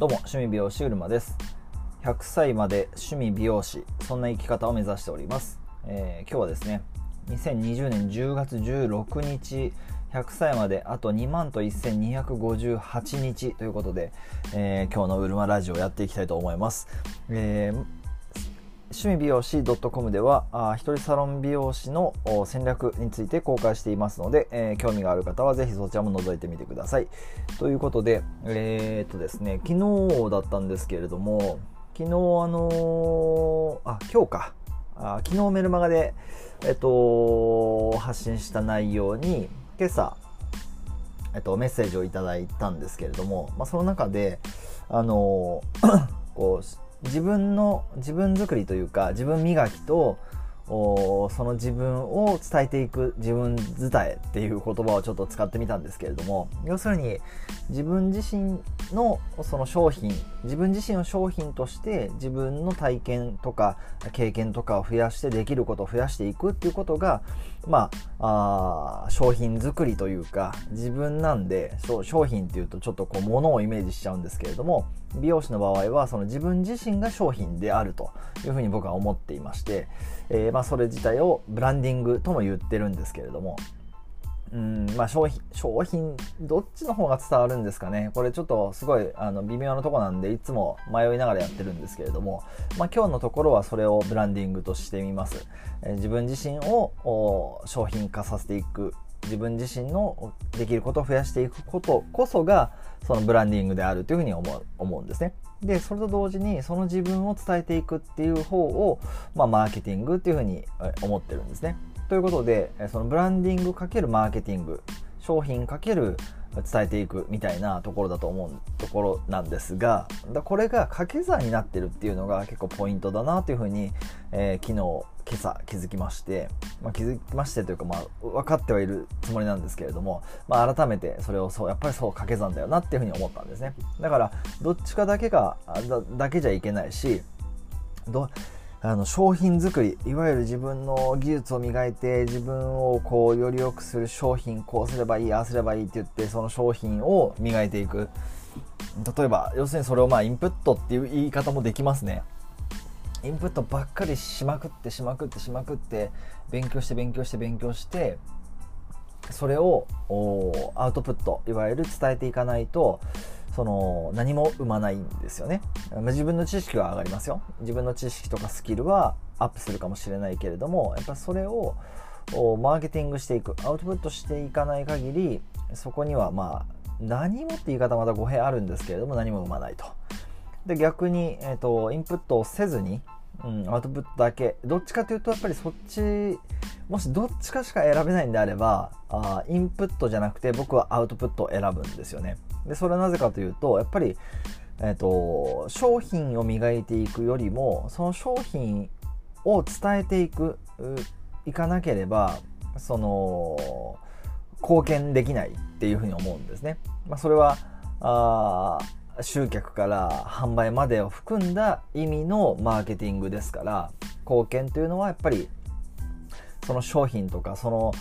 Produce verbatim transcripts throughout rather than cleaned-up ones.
どうも、趣味美容師うるまです。ひゃくさいまで趣味美容師、そんな生き方を目指しております。えー、今日はですね、にせんにじゅうねんじゅうがつじゅうろくにち、ひゃくさいまであとにまんとせんにひゃくごじゅうはちにちということで、えー、今日のうるまラジオをやっていきたいと思います。えー趣味美容師 .com ではあ一人サロン美容師の戦略について公開していますので、えー、興味がある方はぜひそちらも覗いてみてください。ということで、えー、っとですね、昨日だったんですけれども、昨日あのー、あ、今日か。あ昨日メルマガで、えっと、発信した内容に今朝、えっと、メッセージをいただいたんですけれども、まあ、その中で、あのー、こう、自分の自分作りというか自分磨きとその自分を伝えていく自分伝えっていう言葉をちょっと使ってみたんですけれども、要するに自分自身のその商品自分自身を商品として自分の体験とか経験とかを増やしてできることを増やしていくっていうことがまあ、あ商品作りというか自分なんで、商品っていうとちょっとこう物をイメージしちゃうんですけれども、美容師の場合はその自分自身が商品であるというふうに僕は思っていまして、えー、まあそれ自体をブランディングとも言ってるんですけれども、うんまあ商品商品どっちの方が伝わるんですかね。これちょっとすごいあの微妙なとこなんでいつも迷いながらやってるんですけれども、まあ今日のところはそれをブランディングとしてみます。えー、自分自身を商品化させていく、自分自身のできることを増やしていくことこそがそのブランディングであるというふうに思う、思うんですね。でそれと同時にその自分を伝えていくっていう方を、まあ、マーケティングっていうふうに思ってるんですね。ということでそのブランディング×マーケティング、商品×伝えていくみたいなところだと思うところなんですが、だこれが掛け算になってるっていうのが結構ポイントだなというふうに、えー、昨日今朝気づきまして、まあ、気づきましてというか、まあ、分かってはいるつもりなんですけれども、まあ、改めてそれをそうやっぱりそう掛け算だよなっていうふうに思ったんですね。だからどっちかだけが だ, だけじゃいけないし、どあの商品作り、いわゆる自分の技術を磨いて自分をこうより良くする商品、こうすればいいああすればいいって言ってその商品を磨いていく。例えば要するにそれをまあインプットっていう言い方もできますね。インプットばっかりしまくってしまくってしまくって勉強して勉強して勉強してそれをアウトプット、いわゆる伝えていかないとその何も生まないんですよね。自分の知識は上がりますよ。自分の知識とかスキルはアップするかもしれないけれども、やっぱそれをマーケティングしていく、アウトプットしていかない限りそこにはまあ何もって言い方まだ語弊あるんですけれども何も生まないと。で逆に、えーと、インプットをせずに、うん、アウトプットだけ、どっちかというとやっぱりそっち、もしどっちかしか選べないんであればあインプットじゃなくて僕はアウトプットを選ぶんですよね。でそれはなぜかというとやっぱり、えーと、商品を磨いていくよりもその商品を伝えていくいかなければその貢献できないっていうふうに思うんですね。まあ、それはあ集客から販売までを含んだ意味のマーケティングですから、貢献というのはやっぱりその商品とかその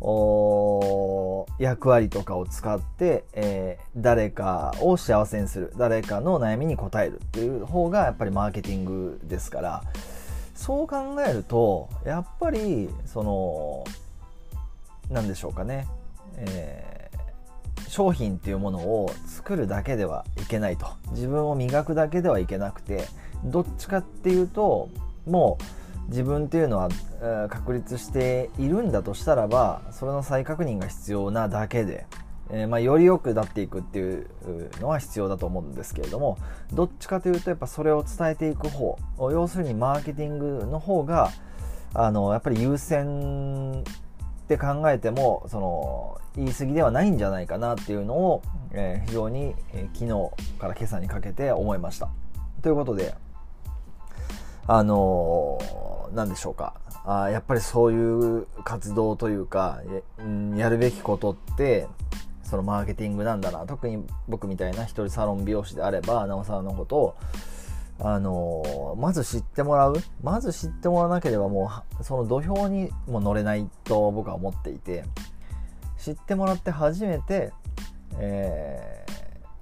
役割とかを使って、えー、誰かを幸せにする、誰かの悩みに応えるっていう方がやっぱりマーケティングですから、そう考えるとやっぱりその何でしょうかね、えー、商品っていうものを作るだけではいけないと、自分を磨くだけではいけなくて、どっちかっていうともう自分っていうのは、えー、確立しているんだとしたらばそれの再確認が必要なだけで、えーまあ、より良くなっていくっていうのは必要だと思うんですけれども、どっちかというとやっぱそれを伝えていく方、要するにマーケティングの方があのやっぱり優先って考えてもその言い過ぎではないんじゃないかなっていうのを、えー、非常に、えー、昨日から今朝にかけて思いました。ということであのー、何でしょうか、あやっぱりそういう活動というか や, やるべきことってそのマーケティングなんだな。特に僕みたいな一人サロン美容師であればなおさらのことをあのまず知ってもらう、まず知ってもらわなければもうその土俵にも乗れないと僕は思っていて、知ってもらって初めて、え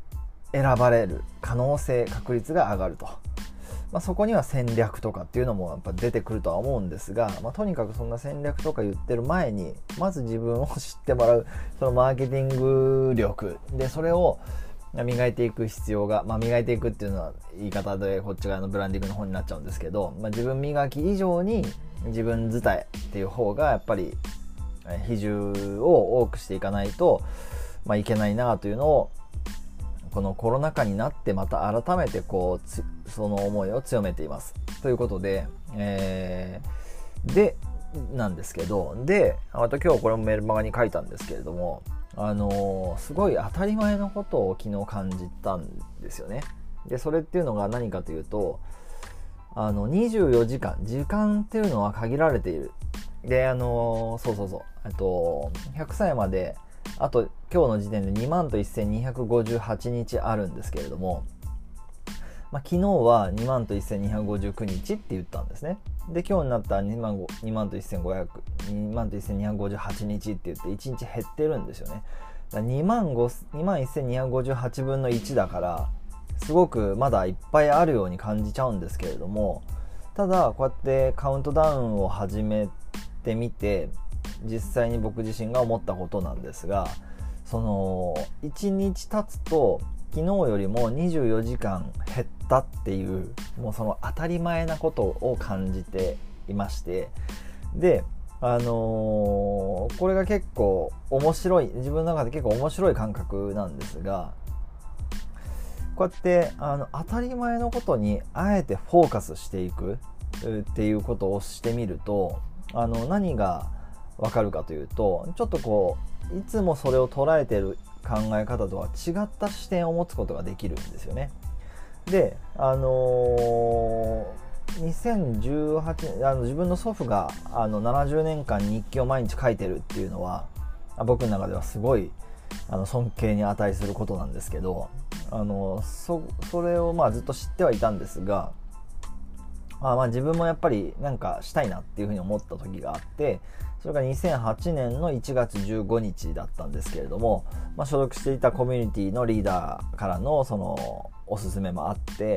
選ばれる可能性確率が上がると、まあ、そこには戦略とかっていうのもやっぱ出てくるとは思うんですが、まあ、とにかくそんな戦略とか言ってる前にまず自分を知ってもらうそのマーケティング力で、それを磨いていく必要が、まあ、磨いていくっていうのは言い方でこっち側のブランディングの方になっちゃうんですけど、まあ、自分磨き以上に自分伝えっていう方がやっぱり比重を多くしていかないと、まあ、いけないなというのをこのコロナ禍になってまた改めてこうその思いを強めていますということで、えー、でなんですけど、でまた今日これもメルマガに書いたんですけれども、あのー、すごい当たり前のことを昨日感じたんですよね。でそれっていうのが何かというと、あのにじゅうよじかん時間っていうのは限られている。であのー、そうそうそうえっとひゃくさいまであと今日の時点でにまんとせんにひゃくごじゅうはちにちあるんですけれども、まあ、昨日はにまんとせんにひゃくごじゅうきゅうにちって言ったんですね。で今日になったらにまんとせんごひゃく、にまんとせんにひゃくごじゅうはちにちって言っていちにち減ってるんですよね。だからにまんせんにひゃくごじゅうはちぶんのいちだからすごくまだいっぱいあるように感じちゃうんですけれども、ただこうやってカウントダウンを始めてみて実際に僕自身が思ったことなんですが、そのいちにち経つと昨日よりもにじゅうよじかん減ったっていう、もうその当たり前なことを感じていまして、であのー、これが結構面白い、自分の中で結構面白い感覚なんですが、こうやってあの当たり前のことにあえてフォーカスしていくっていうことをしてみると、あの何がわかるかというと、ちょっとこういつもそれを捉えている考え方とは違った視点を持つことができるんですよね。で、あのー、にせんじゅうはちねんあの自分の祖父があのななじゅうねんかん日記を毎日書いてるっていうのは僕の中ではすごいあの尊敬に値することなんですけど、あの そ, それをまあずっと知ってはいたんですが、まあ、まあ自分もやっぱりなんかしたいなっていうふうに思った時があって、それがにせんはちねんのいちがつじゅうごにちだったんですけれども、まあ、所属していたコミュニティのリーダーからのそのおすすめもあって、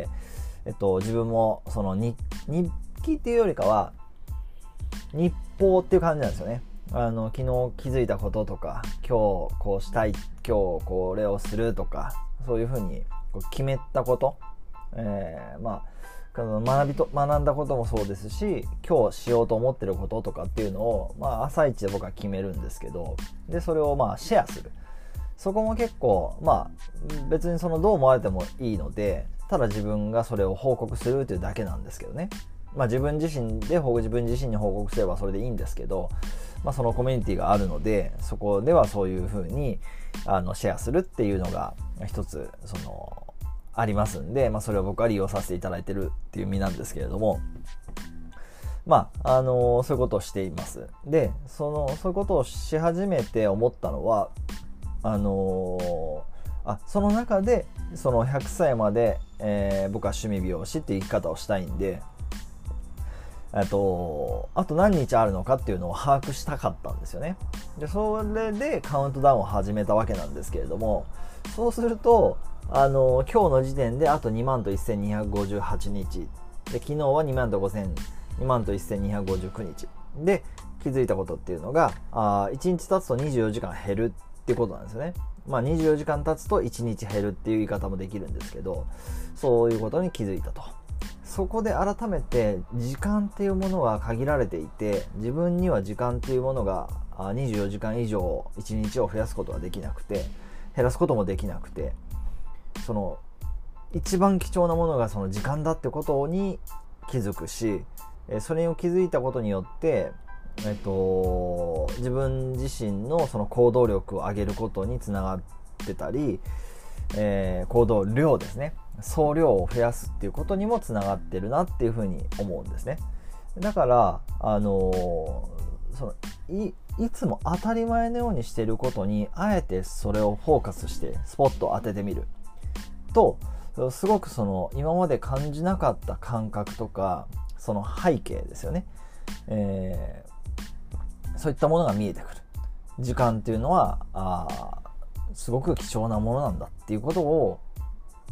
えっと、自分もその 日, 日記っていうよりかは日報っていう感じなんですよね。あの昨日気づいたこととか、今日こうしたい、今日これをするとか、そういうふうに決めたこと、えー、まあ学びと学んだこともそうですし、今日しようと思ってることとかっていうのを、まあ、朝一で僕は決めるんですけど、でそれをまあシェアする。そこも結構まあ別にそのどう思われてもいいので、ただ自分がそれを報告するというだけなんですけどね。まあ自分自身で自分自身に報告すればそれでいいんですけど、まあ、そのコミュニティがあるので、そこではそういうふうにあのシェアするっていうのが一つそのありますんで、まあ、それを僕は利用させていただいてるっていう意味なんですけれども、まああのそういうことをしています。でそのそういうことをし始めて思ったのは、あのあその中でそのひゃくさいまで、えー、僕は趣味美容師っていう生き方をしたいんで、あと、あと何日あるのかっていうのを把握したかったんですよね。で、それでカウントダウンを始めたわけなんですけれども、そうすると、あの、今日の時点であとにまんとせんにひゃくごじゅうはちにち。で、昨日はにまんとせんにひゃくごじゅうきゅうにち。で、気づいたことっていうのが、あいちにち経つとにじゅうよじかん減るっていうことなんですよね。まあにじゅうよじかん経つといちにち減るっていう言い方もできるんですけど、そういうことに気づいたと。そこで改めて時間っていうものは限られていて、自分には時間っていうものがにじゅうよじかん以上いちにちを増やすことができなくて、減らすこともできなくて、その一番貴重なものがその時間だってことに気づくし、それを気づいたことによって、えっと、自分自身のその行動力を上げることにつながってたり、えー、行動量ですね、総量を増やすっていうことにもつながってるなっていうふうに思うんですね。だからあのー、その い, いつも当たり前のようにしていることにあえてそれをフォーカスしてスポットを当ててみると、すごくその今まで感じなかった感覚とか、その背景ですよね、えー、そういったものが見えてくる。時間っていうのはあすごく貴重なものなんだっていうことを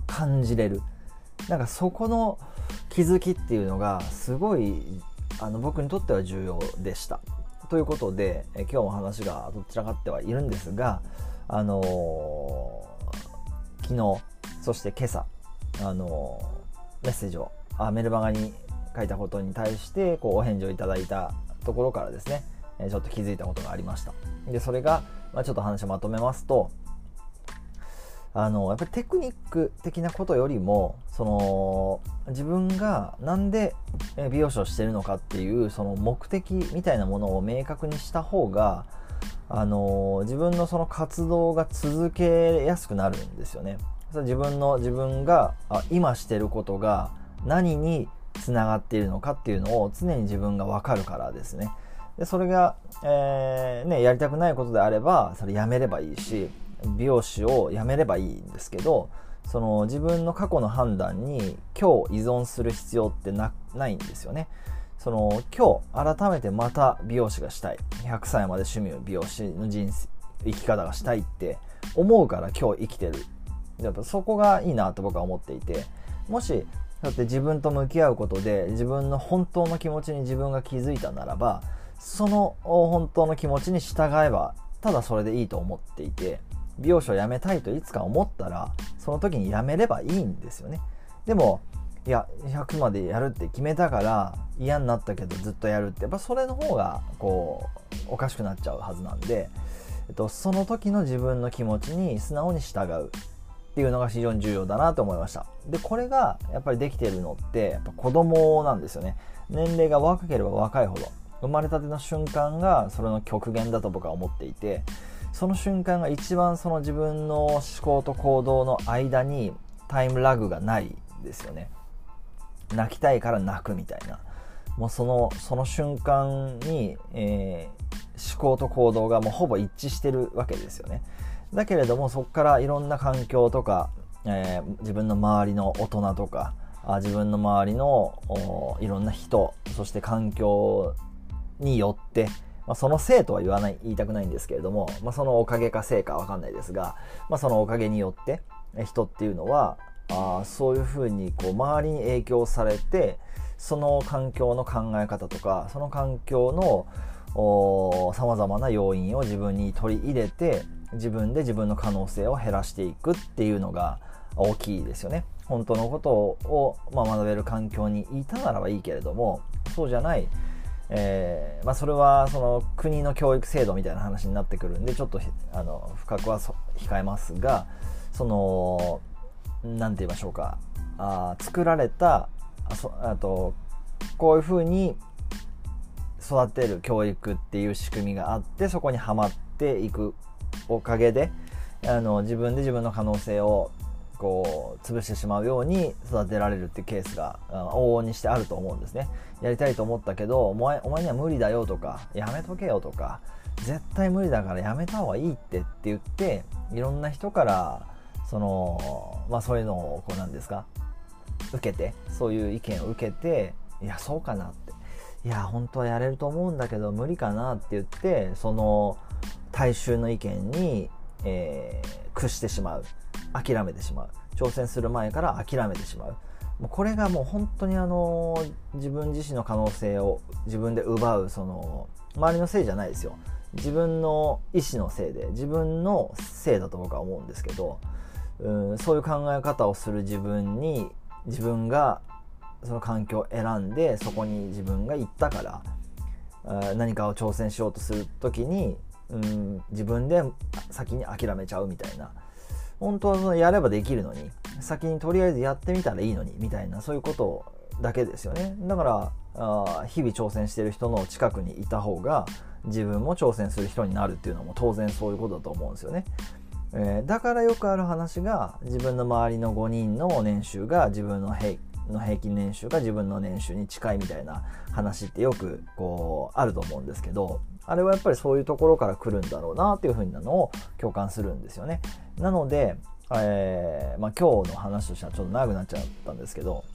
感じれる。なんかそこの気づきっていうのがすごいあの僕にとっては重要でした。ということでえ今日も話がどちらかってはいるんですが、あのー、昨日そして今朝、あのー、メッセージをあメルマガに書いたことに対してこうお返事をいただいたところからですね、ちょっと気づいたことがありました。でそれが、まあ、ちょっと話をまとめますと、あのやっぱりテクニック的なことよりもその自分がなんで美容師をしているのかっていうその目的みたいなものを明確にした方が、あの自分のその活動が続けやすくなるんですよね。自分の自分があ今していることが何につながっているのかっていうのを常に自分が分かるからですね。でそれが、えーね、やりたくないことであればそれやめればいいし、美容師を辞めればいいんですけど、その自分の過去の判断に今日依存する必要って な, ないんですよね。その今日改めてまた美容師がしたい、ひゃくさいまで趣味を美容師の人生生き方がしたいって思うから今日生きてる。やっぱそこがいいなと僕は思っていて、もしだって自分と向き合うことで自分の本当の気持ちに自分が気づいたならば、その本当の気持ちに従えばただそれでいいと思っていて、美容師を辞めたいといつか思ったらその時に辞めればいいんですよね。でもいやひゃくまでやるって決めたから嫌になったけどずっとやるって、やっぱそれの方がこうおかしくなっちゃうはずなんで、えっと、その時の自分の気持ちに素直に従うっていうのが非常に重要だなと思いました。でこれがやっぱりできているのってやっぱ子供なんですよね。年齢が若ければ若いほど生まれたての瞬間がそれの極限だと僕は思っていて、その瞬間が一番その自分の思考と行動の間にタイムラグがないんですよね。泣きたいから泣くみたいな、もうそのその瞬間に、えー、思考と行動がもうほぼ一致してるわけですよね。だけれどもそこからいろんな環境とか、えー、自分の周りの大人とかあ自分の周りのいろんな人、そして環境によってまあ、そのせいとは言わない言いたくないんですけれども、まあ、そのおかげかせいかわかんないですが、まあ、そのおかげによって人っていうのはあそういうふうにこう周りに影響されて、その環境の考え方とかその環境のさまざまな要因を自分に取り入れて自分で自分の可能性を減らしていくっていうのが大きいですよね。本当のことを、まあ、学べる環境にいたならばいいけれども、そうじゃないえーまあ、それはその国の教育制度みたいな話になってくるんでちょっとあの深くは控えますが、そのなんて言いましょうか、あ作られたあそあとこういうふうに育てる教育っていう仕組みがあって、そこにはまっていくおかげであの自分で自分の可能性をこう潰してしまうように育てられるっていうケースが往々にしてあると思うんですね。やりたいと思ったけどお前、お前には無理だよとかやめとけよとか絶対無理だからやめた方がいいってって言っていろんな人からその、まあ、そういうのをこうなんですか受けて、そういう意見を受けて、いやそうかなって、いや本当はやれると思うんだけど無理かなって言ってその大衆の意見に、えー、屈してしまう、諦めてしまう、挑戦する前から諦めてしまう。もうこれがもう本当にあの自分自身の可能性を自分で奪う、その周りのせいじゃないですよ、自分の意思のせいで自分のせいだと僕は思うんですけど、うんそういう考え方をする自分に自分がその環境を選んでそこに自分が行ったから、何かを挑戦しようとするときに、うん、自分で先に諦めちゃうみたいな、本当はそのやればできるのに先にとりあえずやってみたらいいのにみたいな、そういうことだけですよね。だからあ日々挑戦している人の近くにいた方が自分も挑戦する人になるっていうのも当然そういうことだと思うんですよね。えー、だからよくある話が自分の周りのごにんの年収が自分の平の平均年収が自分の年収に近いみたいな話ってよくこうあると思うんですけど、あれはやっぱりそういうところから来るんだろうなっていうふうなのを共感するんですよね。なので、えーまあ、今日の話としてはちょっと長くなっちゃったんですけど、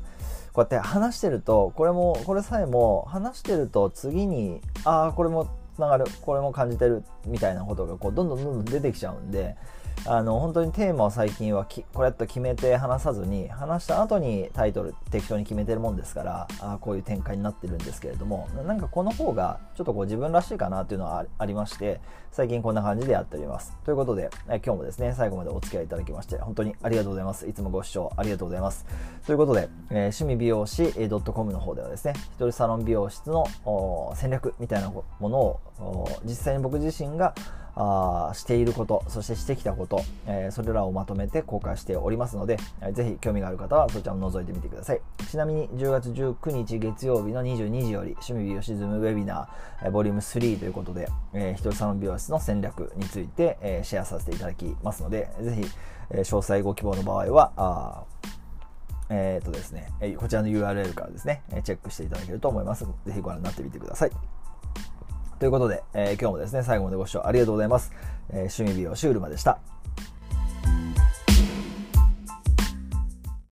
こうやって話してるとこれもこれさえも話してると次にああこれもつながる、これも感じてるみたいなことがこうどんどんどんどん出てきちゃうんで、あの本当にテーマを最近はきこれと決めて話さずに、話した後にタイトル適当に決めてるもんですから、あこういう展開になってるんですけれども、なんかこの方がちょっとこう自分らしいかなというのはありまして、最近こんな感じでやっております。ということで、え今日もですね最後までお付き合いいただきまして本当にありがとうございます。いつもご視聴ありがとうございます。ということで、えー、趣味美容師 .com の方ではですね、一人サロン美容室の戦略みたいなものを実際に僕自身があしていること、そしてしてきたこと、えー、それらをまとめて公開しておりますので、えー、ぜひ興味がある方はそちらも覗いてみてください。ちなみにじゅうがつじゅうくにち月曜日のにじゅうにじより趣味美容師ズームウェビナー、えー、ボリュームスリーということで、えー、一人サロン美容室の戦略について、えー、シェアさせていただきますので、ぜひ、えー、詳細ご希望の場合はあえーとですね、こちらの ユーアールエル からですねチェックしていただけると思います。ぜひご覧になってみてください。ということで、えー、今日もですね最後までご視聴ありがとうございます。えー、趣味美容師うるまでした。